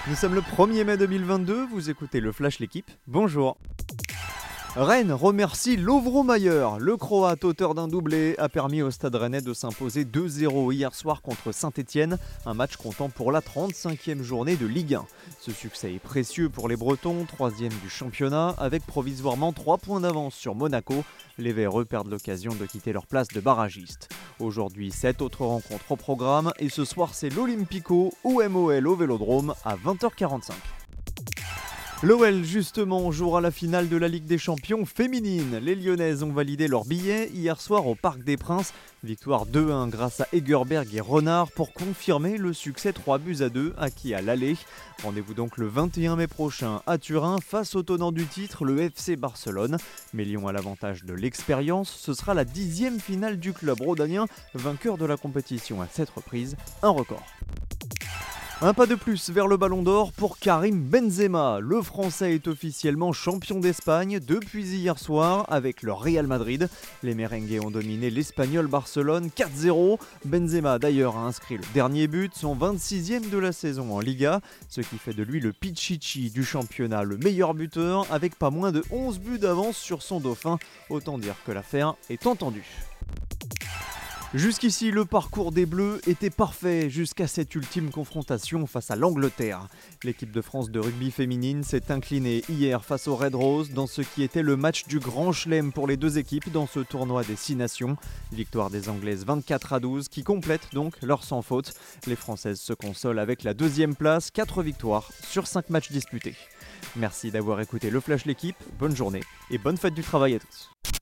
Nous sommes le 1er mai 2022, vous écoutez le Flash L'équipe, bonjour. Rennes remercie Lovro Mayer. Le Croate, auteur d'un doublé, a permis au Stade Rennais de s'imposer 2-0 hier soir contre Saint-Etienne, un match comptant pour la 35e journée de Ligue 1. Ce succès est précieux pour les Bretons, 3e du championnat, avec provisoirement 3 points d'avance sur Monaco. Les Véreux perdent l'occasion de quitter leur place de barragiste. Aujourd'hui, 7 autres rencontres au programme et ce soir c'est l'Olympico ou MOL au Vélodrome à 20h45. L'OL justement jouera la finale de la Ligue des Champions féminine. Les Lyonnaises ont validé leur billet hier soir au Parc des Princes. Victoire 2-1 grâce à Egerberg et Renard pour confirmer le succès 3-2 acquis à l'aller. Rendez-vous donc le 21 mai prochain à Turin face au tenant du titre, le FC Barcelone. Mais Lyon a l'avantage de l'expérience. Ce sera la 10e finale du club rhodanien, vainqueur de la compétition à 7 reprises, un record. Un pas de plus vers le Ballon d'Or pour Karim Benzema. Le Français est officiellement champion d'Espagne depuis hier soir avec le Real Madrid. Les merengues ont dominé l'Espagnol Barcelone 4-0. Benzema d'ailleurs a inscrit le dernier but, son 26e de la saison en Liga, ce qui fait de lui le Pichichi du championnat, le meilleur buteur avec pas moins de 11 buts d'avance sur son dauphin. Autant dire que l'affaire est entendue. Jusqu'ici, le parcours des Bleus était parfait jusqu'à cette ultime confrontation face à l'Angleterre. L'équipe de France de rugby féminine s'est inclinée hier face aux Red Roses dans ce qui était le match du grand chelem pour les deux équipes dans ce tournoi des 6 nations. Victoire des Anglaises 24-12 qui complète donc leur sans faute. Les Françaises se consolent avec la 2e place, 4 victoires sur 5 matchs disputés. Merci d'avoir écouté le Flash L'équipe, bonne journée et bonne fête du travail à tous.